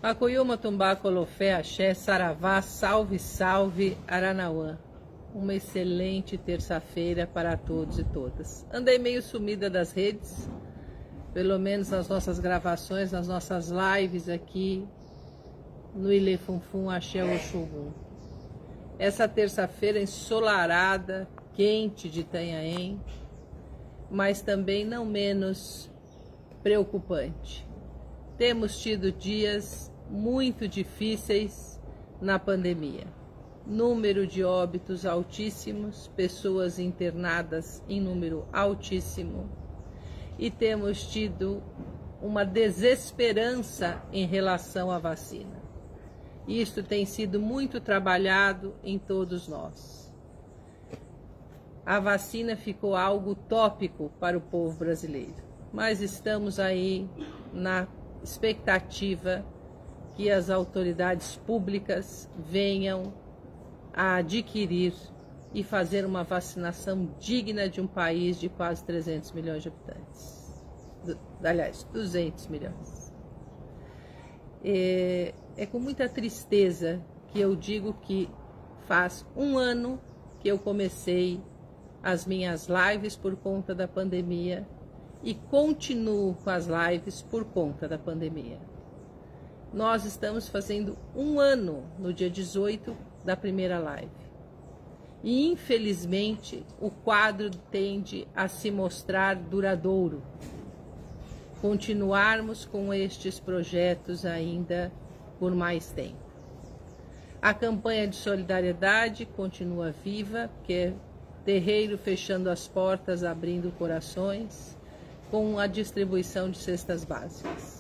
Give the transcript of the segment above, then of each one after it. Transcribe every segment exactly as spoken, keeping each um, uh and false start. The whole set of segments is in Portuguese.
Macuiuma, Tumbá, Colofé, Axé, Saravá, salve, salve, Aranauã. Uma excelente terça-feira para todos e todas. Andei meio sumida das redes, pelo menos nas nossas gravações, nas nossas lives aqui no Ilê Funfun, Axé Oxum. Essa terça-feira ensolarada, quente de Itanhaém, mas também não menos preocupante. Temos tido dias muito difíceis na pandemia. Número de óbitos altíssimos, pessoas internadas em número altíssimo. E temos tido uma desesperança em relação à vacina. Isto tem sido muito trabalhado em todos nós. A vacina ficou algo tópico para o povo brasileiro, mas estamos aí na expectativa que as autoridades públicas venham a adquirir e fazer uma vacinação digna de um país de quase trezentos milhões de habitantes. Du- aliás, duzentos milhões. É, é com muita tristeza que eu digo que faz um ano que eu comecei as minhas lives por conta da pandemia e continuo com as lives por conta da pandemia. Nós estamos fazendo um ano no dia dezoito da primeira live. E infelizmente o quadro tende a se mostrar duradouro. Continuarmos com estes projetos ainda por mais tempo. A campanha de solidariedade continua viva, que é terreiro fechando as portas, abrindo corações, com a distribuição de cestas básicas.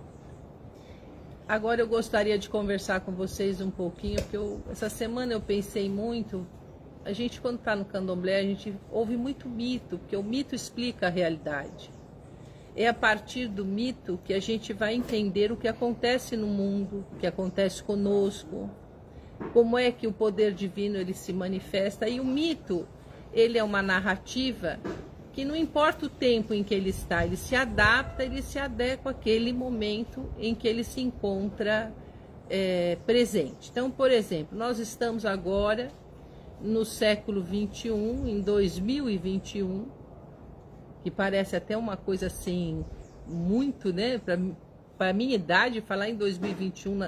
Agora eu gostaria de conversar com vocês um pouquinho, porque eu, essa semana eu pensei muito. A gente, quando está no candomblé, a gente ouve muito mito, porque o mito explica a realidade. É a partir do mito que a gente vai entender o que acontece no mundo, o que acontece conosco, como é que o poder divino ele se manifesta. E o mito, ele é uma narrativa que não importa o tempo em que ele está, ele se adapta, ele se adequa àquele momento em que ele se encontra é, presente. Então, por exemplo, nós estamos agora no século vinte e um, em dois mil e vinte e um, que parece até uma coisa assim, muito, né, para a minha idade, falar em dois mil e vinte e um na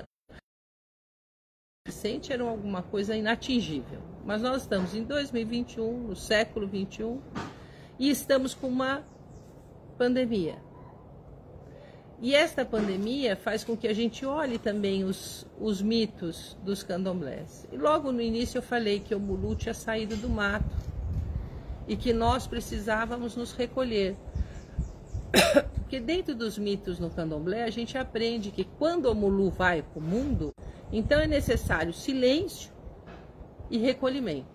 recente era alguma coisa inatingível. Mas nós estamos em dois mil e vinte e um, no século vinte e um, e estamos com uma pandemia. E esta pandemia faz com que a gente olhe também os, os mitos dos candomblés. E logo no início eu falei que o Omulu tinha saído do mato e que nós precisávamos nos recolher. Porque dentro dos mitos no candomblé a gente aprende que quando o Omulu vai para o mundo, então é necessário silêncio e recolhimento.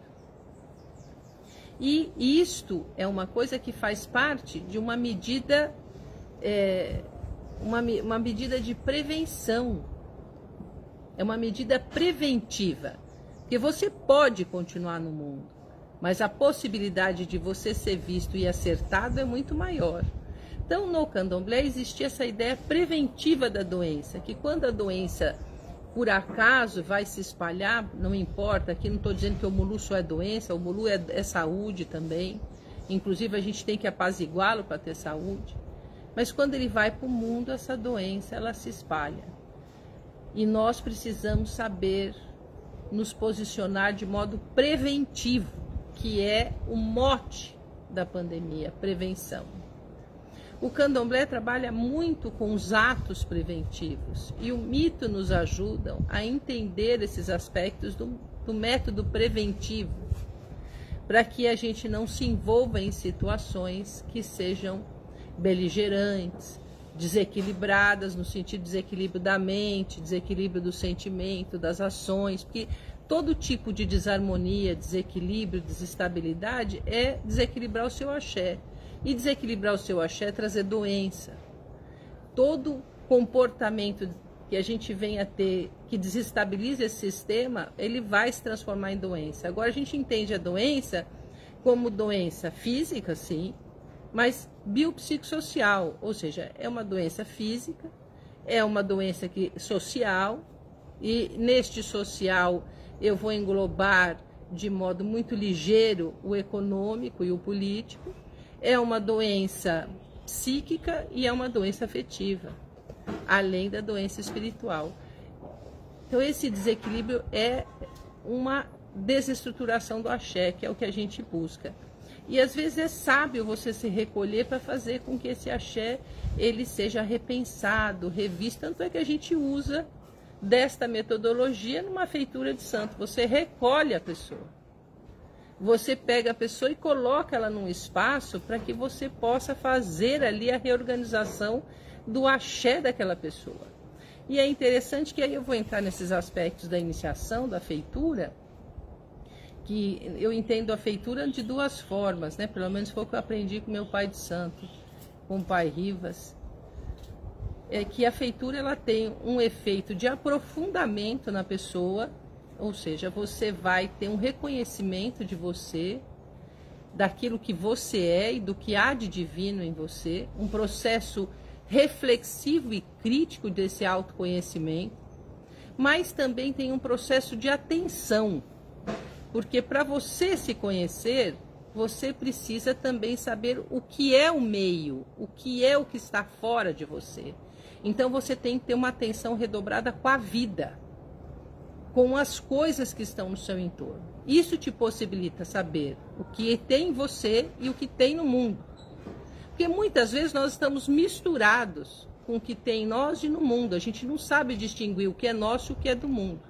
E isto é uma coisa que faz parte de uma medida, é, uma, uma medida de prevenção. É uma medida preventiva. Porque você pode continuar no mundo, mas a possibilidade de você ser visto e acertado é muito maior. Então, no candomblé existia essa ideia preventiva da doença, que quando a doença por acaso vai se espalhar, não importa, aqui não estou dizendo que o Omulu só é doença, o Omulu é, é saúde também, inclusive a gente tem que apaziguá-lo para ter saúde, mas quando ele vai para o mundo, essa doença ela se espalha. E nós precisamos saber nos posicionar de modo preventivo, que é o mote da pandemia, prevenção. O candomblé trabalha muito com os atos preventivos e o mito nos ajuda a entender esses aspectos do, do método preventivo, para que a gente não se envolva em situações que sejam beligerantes, desequilibradas, no sentido de desequilíbrio da mente, desequilíbrio do sentimento, das ações, porque todo tipo de desarmonia, desequilíbrio, desestabilidade é desequilibrar o seu axé. E desequilibrar o seu axé é trazer doença. Todo comportamento que a gente venha a ter, que desestabiliza esse sistema, ele vai se transformar em doença. Agora a gente entende a doença como doença física, sim, mas biopsicossocial, ou seja, é uma doença física, é uma doença que, social, e neste social eu vou englobar de modo muito ligeiro o econômico e o político. É uma doença psíquica e é uma doença afetiva, além da doença espiritual. Então esse desequilíbrio é uma desestruturação do axé, que é o que a gente busca. E às vezes é sábio você se recolher para fazer com que esse axé ele seja repensado, revisto. Tanto é que a gente usa desta metodologia numa feitura de santo. Você recolhe a pessoa. Você pega a pessoa e coloca ela num espaço para que você possa fazer ali a reorganização do axé daquela pessoa. E é interessante que aí eu vou entrar nesses aspectos da iniciação, da feitura, que eu entendo a feitura de duas formas, né? Pelo menos foi o que eu aprendi com meu pai de santo, com o pai Rivas. É que a feitura ela tem um efeito de aprofundamento na pessoa, ou seja, você vai ter um reconhecimento de você, daquilo que você é e do que há de divino em você, um processo reflexivo e crítico desse autoconhecimento, mas também tem um processo de atenção, porque para você se conhecer, você precisa também saber o que é o meio, o que é o que está fora de você. Então você tem que ter uma atenção redobrada com a vida, com as coisas que estão no seu entorno. Isso te possibilita saber o que tem em você e o que tem no mundo. Porque muitas vezes nós estamos misturados com o que tem em nós e no mundo. A gente não sabe distinguir o que é nosso e o que é do mundo.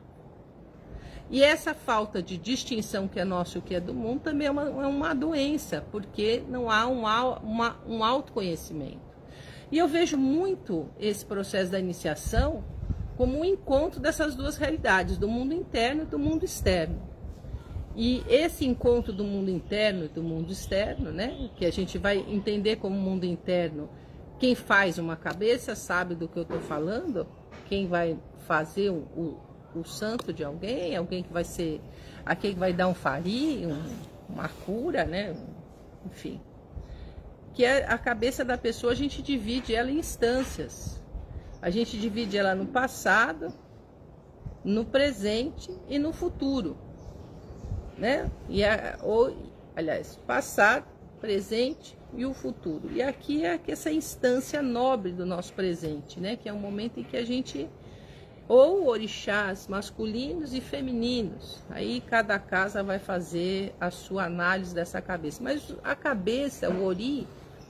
E essa falta de distinção que é nosso e o que é do mundo também é uma, é uma doença, porque não há um, uma, um autoconhecimento. E eu vejo muito esse processo da iniciação como um encontro dessas duas realidades, do mundo interno e do mundo externo. E esse encontro do mundo interno e do mundo externo, né, que a gente vai entender como mundo interno, quem faz uma cabeça sabe do que eu estou falando, quem vai fazer o, o, o santo de alguém, alguém que vai ser, aquele que vai dar um fari, um, uma cura, né, enfim. Que é a cabeça da pessoa, a gente divide ela em instâncias. A gente divide ela no passado, no presente e no futuro, né? E a, ou, aliás, passado, presente e o futuro. E aqui é essa instância nobre do nosso presente, né? Que é um momento em que a gente, ou orixás masculinos e femininos, aí cada casa vai fazer a sua análise dessa cabeça. Mas a cabeça, o ori,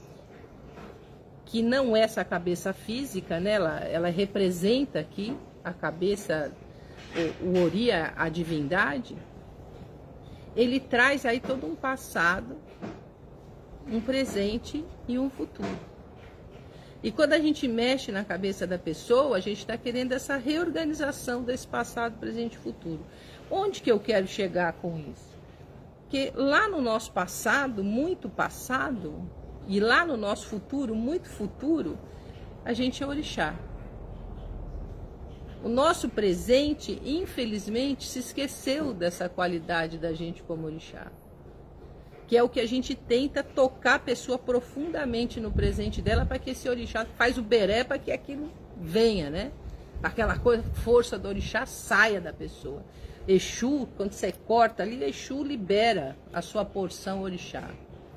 que não é essa cabeça física, né? ela, ela representa aqui a cabeça, o, o ori, a, a divindade, ele traz aí todo um passado, um presente e um futuro. E quando a gente mexe na cabeça da pessoa, a gente está querendo essa reorganização desse passado, presente e futuro. Onde que eu quero chegar com isso? Porque lá no nosso passado, muito passado, e lá no nosso futuro, muito futuro, a gente é orixá. O nosso presente, infelizmente, se esqueceu dessa qualidade da gente como orixá. Que é o que a gente tenta tocar a pessoa profundamente no presente dela, para que esse orixá faz o beré para que aquilo venha, né? Aquela coisa, força do orixá saia da pessoa. Exu, quando você corta ali, Exu libera a sua porção orixá.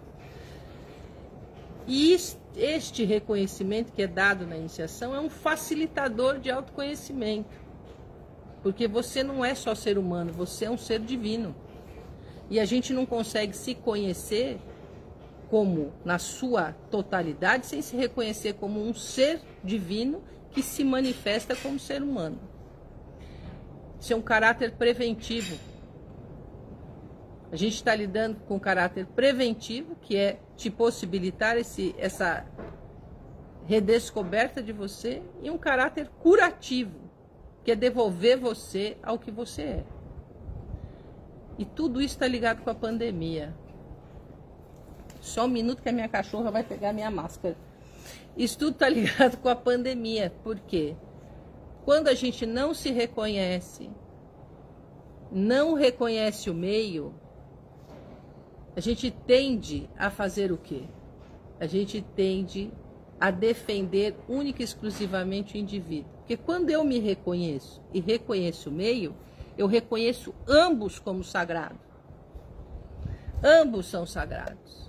E este reconhecimento que é dado na iniciação é um facilitador de autoconhecimento. Porque você não é só ser humano, você é um ser divino. E a gente não consegue se conhecer como na sua totalidade sem se reconhecer como um ser divino que se manifesta como ser humano. Isso é um caráter preventivo. A gente está lidando com um caráter preventivo, que é te possibilitar esse, essa redescoberta de você, e um caráter curativo, que é devolver você ao que você é. E tudo isso está ligado com a pandemia. Só um minuto que a minha cachorra vai pegar a minha máscara. Isso tudo está ligado com a pandemia. Por quê? Quando a gente não se reconhece, não reconhece o meio, a gente tende a fazer o quê? A gente tende a defender única e exclusivamente o indivíduo. Porque quando eu me reconheço e reconheço o meio, eu reconheço ambos como sagrado. Ambos são sagrados.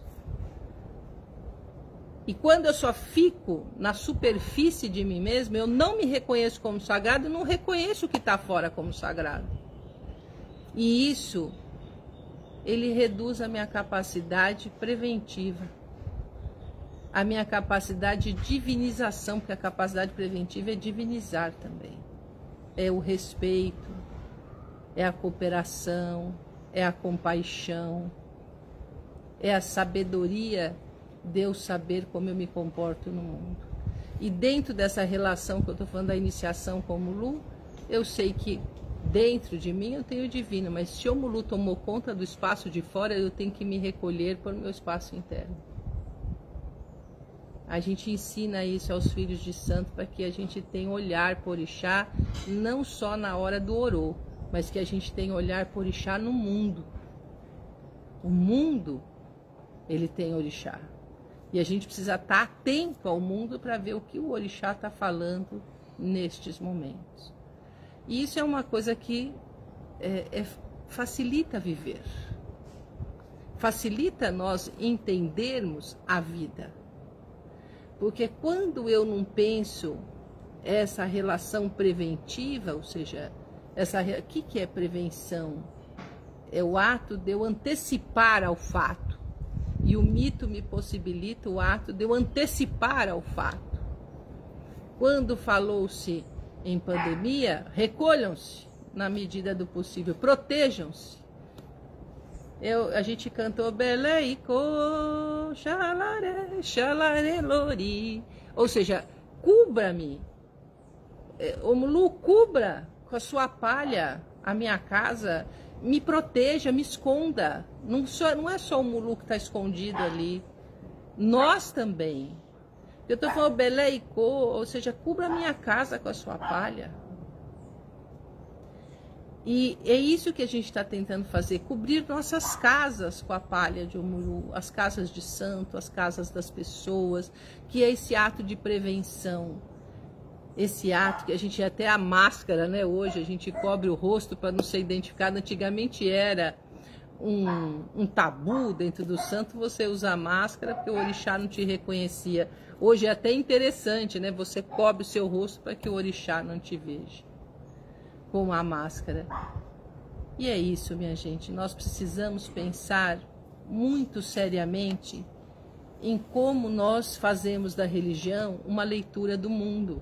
E quando eu só fico na superfície de mim mesmo, eu não me reconheço como sagrado e não reconheço o que está fora como sagrado. E isso, ele reduz a minha capacidade preventiva, a minha capacidade de divinização, porque a capacidade preventiva é divinizar também. É o respeito, é a cooperação, é a compaixão, é a sabedoria de eu saber como eu me comporto no mundo. E dentro dessa relação que eu estou falando da iniciação com o Mulu, eu sei que dentro de mim eu tenho o divino, mas se o Mulu tomou conta do espaço de fora, eu tenho que me recolher para o meu espaço interno. A gente ensina isso aos filhos de santo para que a gente tenha olhar por orixá, não só na hora do orô, mas que a gente tenha olhar por orixá no mundo. O mundo, ele tem orixá. E a gente precisa estar atento ao mundo para ver o que o orixá está falando nestes momentos. E isso é uma coisa que é, é, facilita viver. Facilita nós entendermos a vida. Porque quando eu não penso essa relação preventiva, ou seja, essa, o que, que é prevenção? É o ato de eu antecipar ao fato. E o mito me possibilita o ato de eu antecipar ao fato. Quando falou-se em pandemia, recolham-se na medida do possível, protejam-se. Eu, a gente cantou Beleico, xalare, xalare, lori. Ou seja, cubra-me. O Mulu, cubra com a sua palha a minha casa, me proteja, me esconda. Não, só, não é só o Mulu que está escondido ali. Nós também. Eu estou falando Beleico, ou seja, cubra a minha casa com a sua palha. E é isso que a gente está tentando fazer, cobrir nossas casas com a palha de Omuru, as casas de santo, as casas das pessoas, que é esse ato de prevenção. Esse ato que a gente até a máscara, né? Hoje a gente cobre o rosto para não ser identificado. Antigamente era um, um tabu dentro do santo você usar máscara porque o orixá não te reconhecia. Hoje é até interessante, né? Você cobre o seu rosto para que o orixá não te veja com a máscara. E é isso, minha gente. Nós precisamos pensar muito seriamente em como nós fazemos da religião uma leitura do mundo.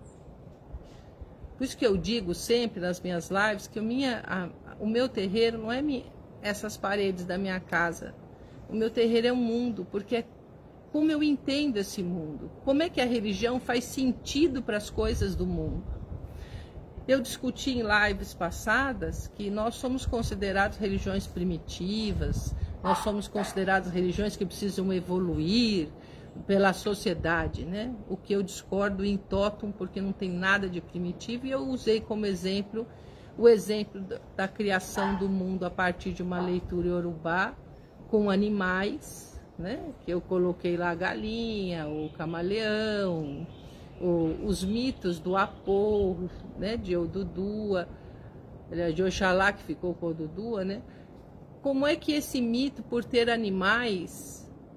Por isso que eu digo sempre nas minhas lives que o, minha, a, o meu terreiro não é mi, essas paredes da minha casa. O meu terreiro é o mundo, porque é como eu entendo esse mundo. Como é que a religião faz sentido para as coisas do mundo. Eu discuti em lives passadas que nós somos considerados religiões primitivas, nós somos considerados religiões que precisam evoluir pela sociedade, né? O que eu discordo em totum, porque não tem nada de primitivo, e eu usei como exemplo o exemplo da, da criação do mundo a partir de uma leitura iorubá com animais, né? Que eu coloquei lá a galinha, o camaleão, o, os mitos do Apô, né? De Odudua, de Oxalá, que ficou com Odudua, né? Como é que esse mito, por ter animais,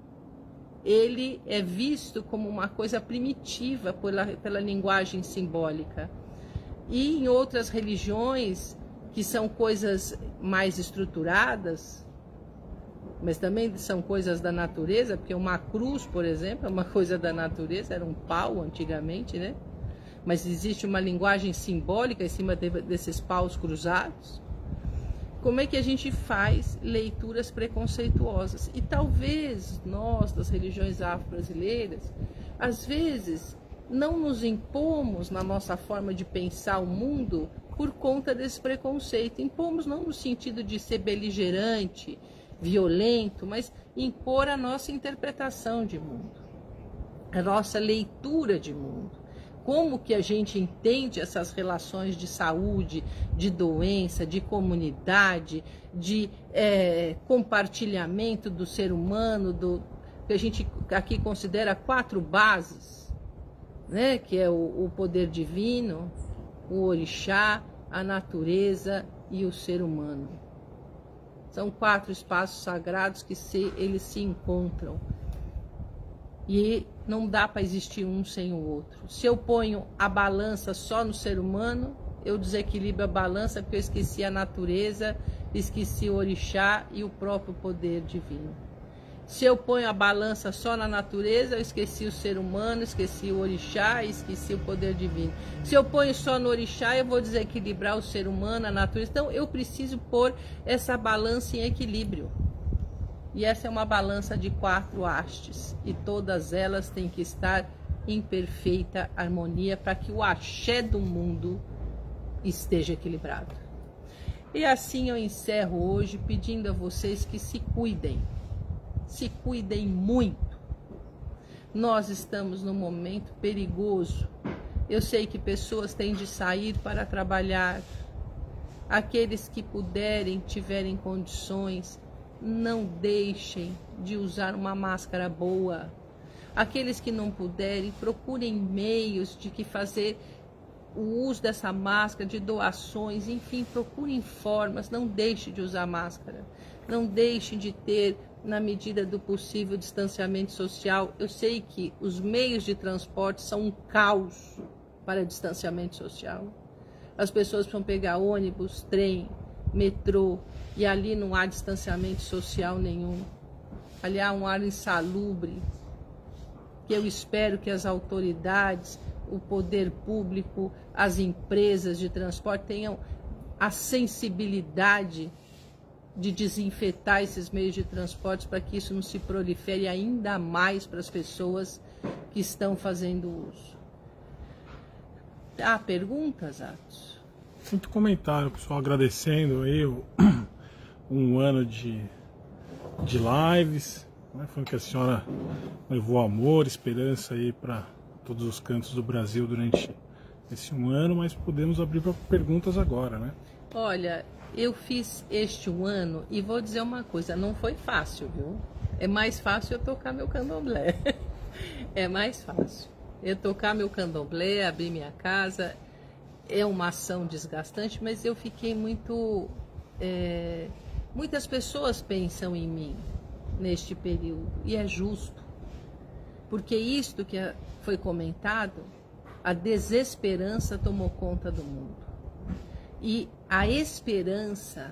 ele é visto como uma coisa primitiva pela, pela linguagem simbólica. E em outras religiões, que são coisas mais estruturadas, mas também são coisas da natureza, porque uma cruz, por exemplo, é uma coisa da natureza, era um pau antigamente, né? Mas existe uma linguagem simbólica em cima de, desses paus cruzados. Como é que a gente faz leituras preconceituosas? E talvez nós, das religiões afro-brasileiras, às vezes não nos impomos na nossa forma de pensar o mundo por conta desse preconceito. Impomos não no sentido de ser beligerante, violento, mas impor a nossa interpretação de mundo, a nossa leitura de mundo. Como que a gente entende essas relações de saúde, de doença, de comunidade, de é, compartilhamento do ser humano, do, que a gente aqui considera quatro bases. né? Que é o, o poder divino, o orixá, a natureza e o ser humano. São quatro espaços sagrados que se, eles se encontram. E não dá para existir um sem o outro. Se eu ponho a balança só no ser humano, eu desequilibro a balança porque eu esqueci a natureza, esqueci o orixá e o próprio poder divino. Se eu ponho a balança só na natureza, eu esqueci o ser humano, esqueci o orixá e esqueci o poder divino. Se eu ponho só no orixá, eu vou desequilibrar o ser humano, a natureza. Então eu preciso pôr essa balança em equilíbrio. E essa é uma balança de quatro hastes. E todas elas têm que estar em perfeita harmonia para que o axé do mundo esteja equilibrado. E assim eu encerro hoje pedindo a vocês que se cuidem. Se cuidem muito. Nós estamos num momento perigoso. Eu sei que pessoas têm de sair para trabalhar. Aqueles que puderem, tiverem condições, não deixem de usar uma máscara boa. Aqueles que não puderem, procurem meios de que fazer o uso dessa máscara, de doações, enfim, procurem formas. Não deixem de usar máscara. Não deixem de ter, na medida do possível, distanciamento social. Eu sei que os meios de transporte são um caos para distanciamento social. As pessoas precisam pegar ônibus, trem, metrô, e ali não há distanciamento social nenhum. Ali há um ar insalubre, que eu espero que as autoridades, o poder público, as empresas de transporte tenham a sensibilidade de desinfetar esses meios de transporte para que isso não se prolifere ainda mais para as pessoas que estão fazendo uso. Há perguntas, Atos? Muito comentário, pessoal, agradecendo aí o, um ano de, de lives, né? Foi que a senhora levou amor, esperança aí para todos os cantos do Brasil durante esse um ano, mas podemos abrir para perguntas agora, né? Olha, eu fiz este um ano e vou dizer uma coisa, não foi fácil, viu? É mais fácil eu tocar meu candomblé. É mais fácil. Eu tocar meu candomblé, abrir minha casa, é uma ação desgastante, mas eu fiquei muito... É, muitas pessoas pensam em mim neste período, e é justo. Porque isto que foi comentado, a desesperança tomou conta do mundo. E a esperança,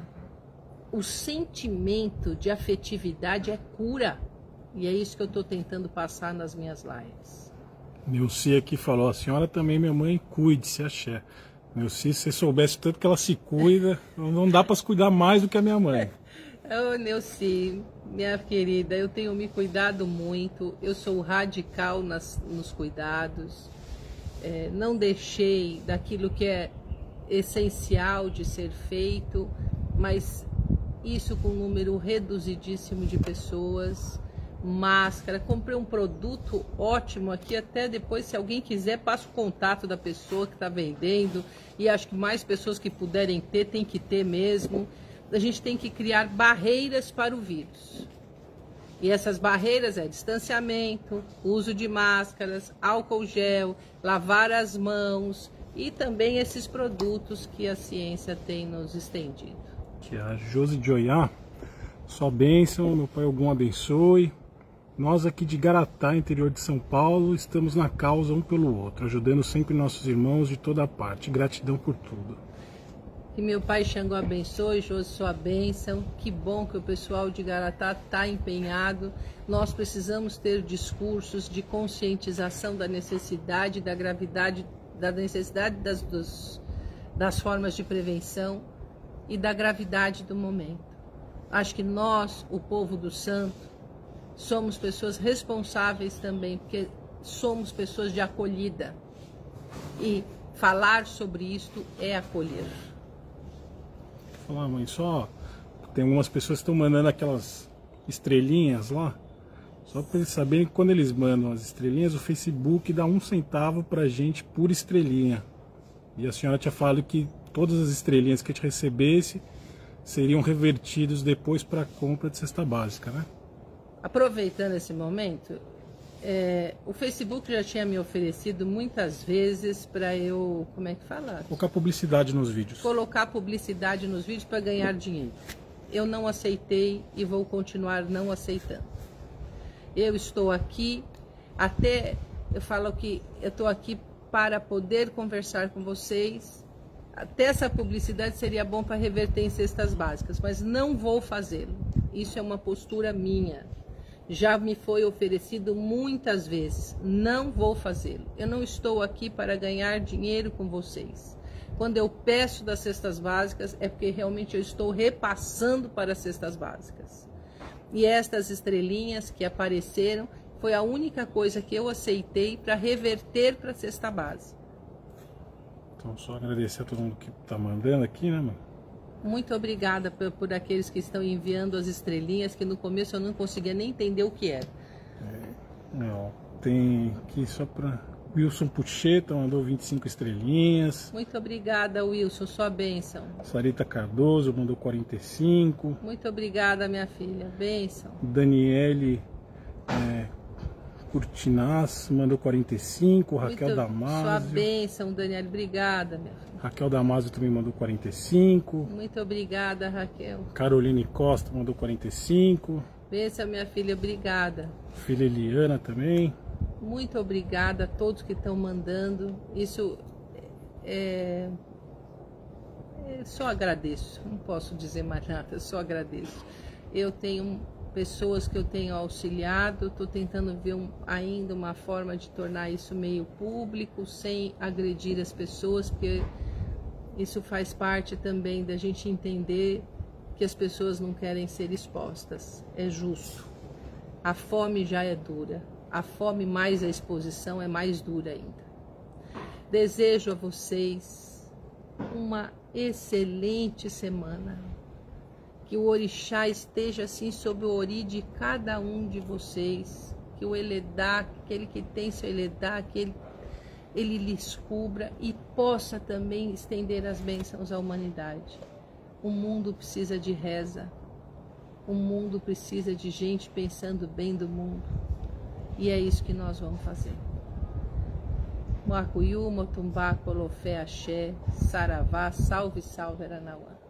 o sentimento de afetividade é cura. E é isso que eu estou tentando passar nas minhas lives. Neuci aqui falou, a senhora também, minha mãe, cuide-se, axé. Neuci, se você soubesse tanto que ela se cuida, não dá para se cuidar mais do que a minha mãe. Ô, Neuci, minha querida, eu tenho me cuidado muito, eu sou radical nas, nos cuidados, é, não deixei daquilo que é essencial de ser feito, mas isso com um número reduzidíssimo de pessoas. Máscara, comprei um produto ótimo aqui, até depois, se alguém quiser, passa o contato da pessoa que está vendendo, e acho que mais pessoas que puderem ter, tem que ter mesmo. A gente tem que criar barreiras para o vírus, e essas barreiras é distanciamento, uso de máscaras, álcool gel, lavar as mãos, e também esses produtos que a ciência tem nos estendido. Que a Josi de Oiá, sua bênção, meu pai algum abençoe. Nós aqui de Garatá, interior de São Paulo, estamos na causa um pelo outro, ajudando sempre nossos irmãos de toda parte. Gratidão por tudo. Que meu pai Xangô abençoe, Josi, sua bênção. Que bom que o pessoal de Garatá está empenhado. Nós precisamos ter discursos de conscientização da necessidade, da gravidade, da necessidade das, dos, das formas de prevenção e da gravidade do momento. Acho que nós, o povo do santo, somos pessoas responsáveis também, porque somos pessoas de acolhida. E falar sobre isto é acolher. Vou falar, mãe, só tem algumas pessoas que estão mandando aquelas estrelinhas lá. Só para eles saberem que quando eles mandam as estrelinhas, o Facebook dá um centavo pra gente por estrelinha. E a senhora tinha falado que todas as estrelinhas que a gente recebesse seriam revertidos depois para a compra de cesta básica, né? Aproveitando esse momento, É, o Facebook já tinha me oferecido muitas vezes para eu, como é que fala? Colocar publicidade nos vídeos. Colocar publicidade nos vídeos para ganhar dinheiro. Eu não aceitei e vou continuar não aceitando. Eu estou aqui, até eu falo que eu estou aqui para poder conversar com vocês. Até essa publicidade seria bom para reverter em cestas básicas, mas não vou fazê-lo. Isso é uma postura minha. Já me foi oferecido muitas vezes. Não vou fazê-lo. Eu não estou aqui para ganhar dinheiro com vocês. Quando eu peço das cestas básicas, é porque realmente eu estou repassando para as cestas básicas. E estas estrelinhas que apareceram, foi a única coisa que eu aceitei para reverter para a cesta básica. Então, só agradecer a todo mundo que está mandando aqui, né, mano? Muito obrigada por, por aqueles que estão enviando as estrelinhas, que no começo eu não conseguia nem entender o que era. É, não, tem aqui só para... Wilson Pucheta mandou vinte e cinco estrelinhas. Muito obrigada, Wilson, sua bênção. Sarita Cardoso mandou quarenta e cinco. Muito obrigada, minha filha, bênção. Daniele é, Curtinaz mandou quarenta e cinco. Raquel Muito, Damasio. Sua bênção, Daniele, obrigada, minha filha. Raquel Damasio também mandou quarenta e cinco. Muito obrigada, Raquel. Caroline Costa mandou quarenta e cinco. Bênção, minha filha, obrigada. Filha Eliana também. Muito obrigada a todos que estão mandando. Isso é, é, só agradeço. Não posso dizer mais nada, só agradeço. Eu tenho pessoas que eu tenho auxiliado, estou tentando ver um, ainda uma forma de tornar isso meio público, sem agredir as pessoas, porque isso faz parte também da gente entender que as pessoas não querem ser expostas. É justo. A fome já é dura. A fome mais a exposição é mais dura ainda. Desejo a vocês uma excelente semana. Que o orixá esteja assim sob o ori de cada um de vocês. Que o Eledá, aquele que tem seu Eledá, que ele, ele lhes cubra e possa também estender as bênçãos à humanidade. O mundo precisa de reza. O mundo precisa de gente pensando bem do mundo. E é isso que nós vamos fazer. Moacuiú, Motumbá, Colofé, Axé, Saravá, salve, salve, Aranauã.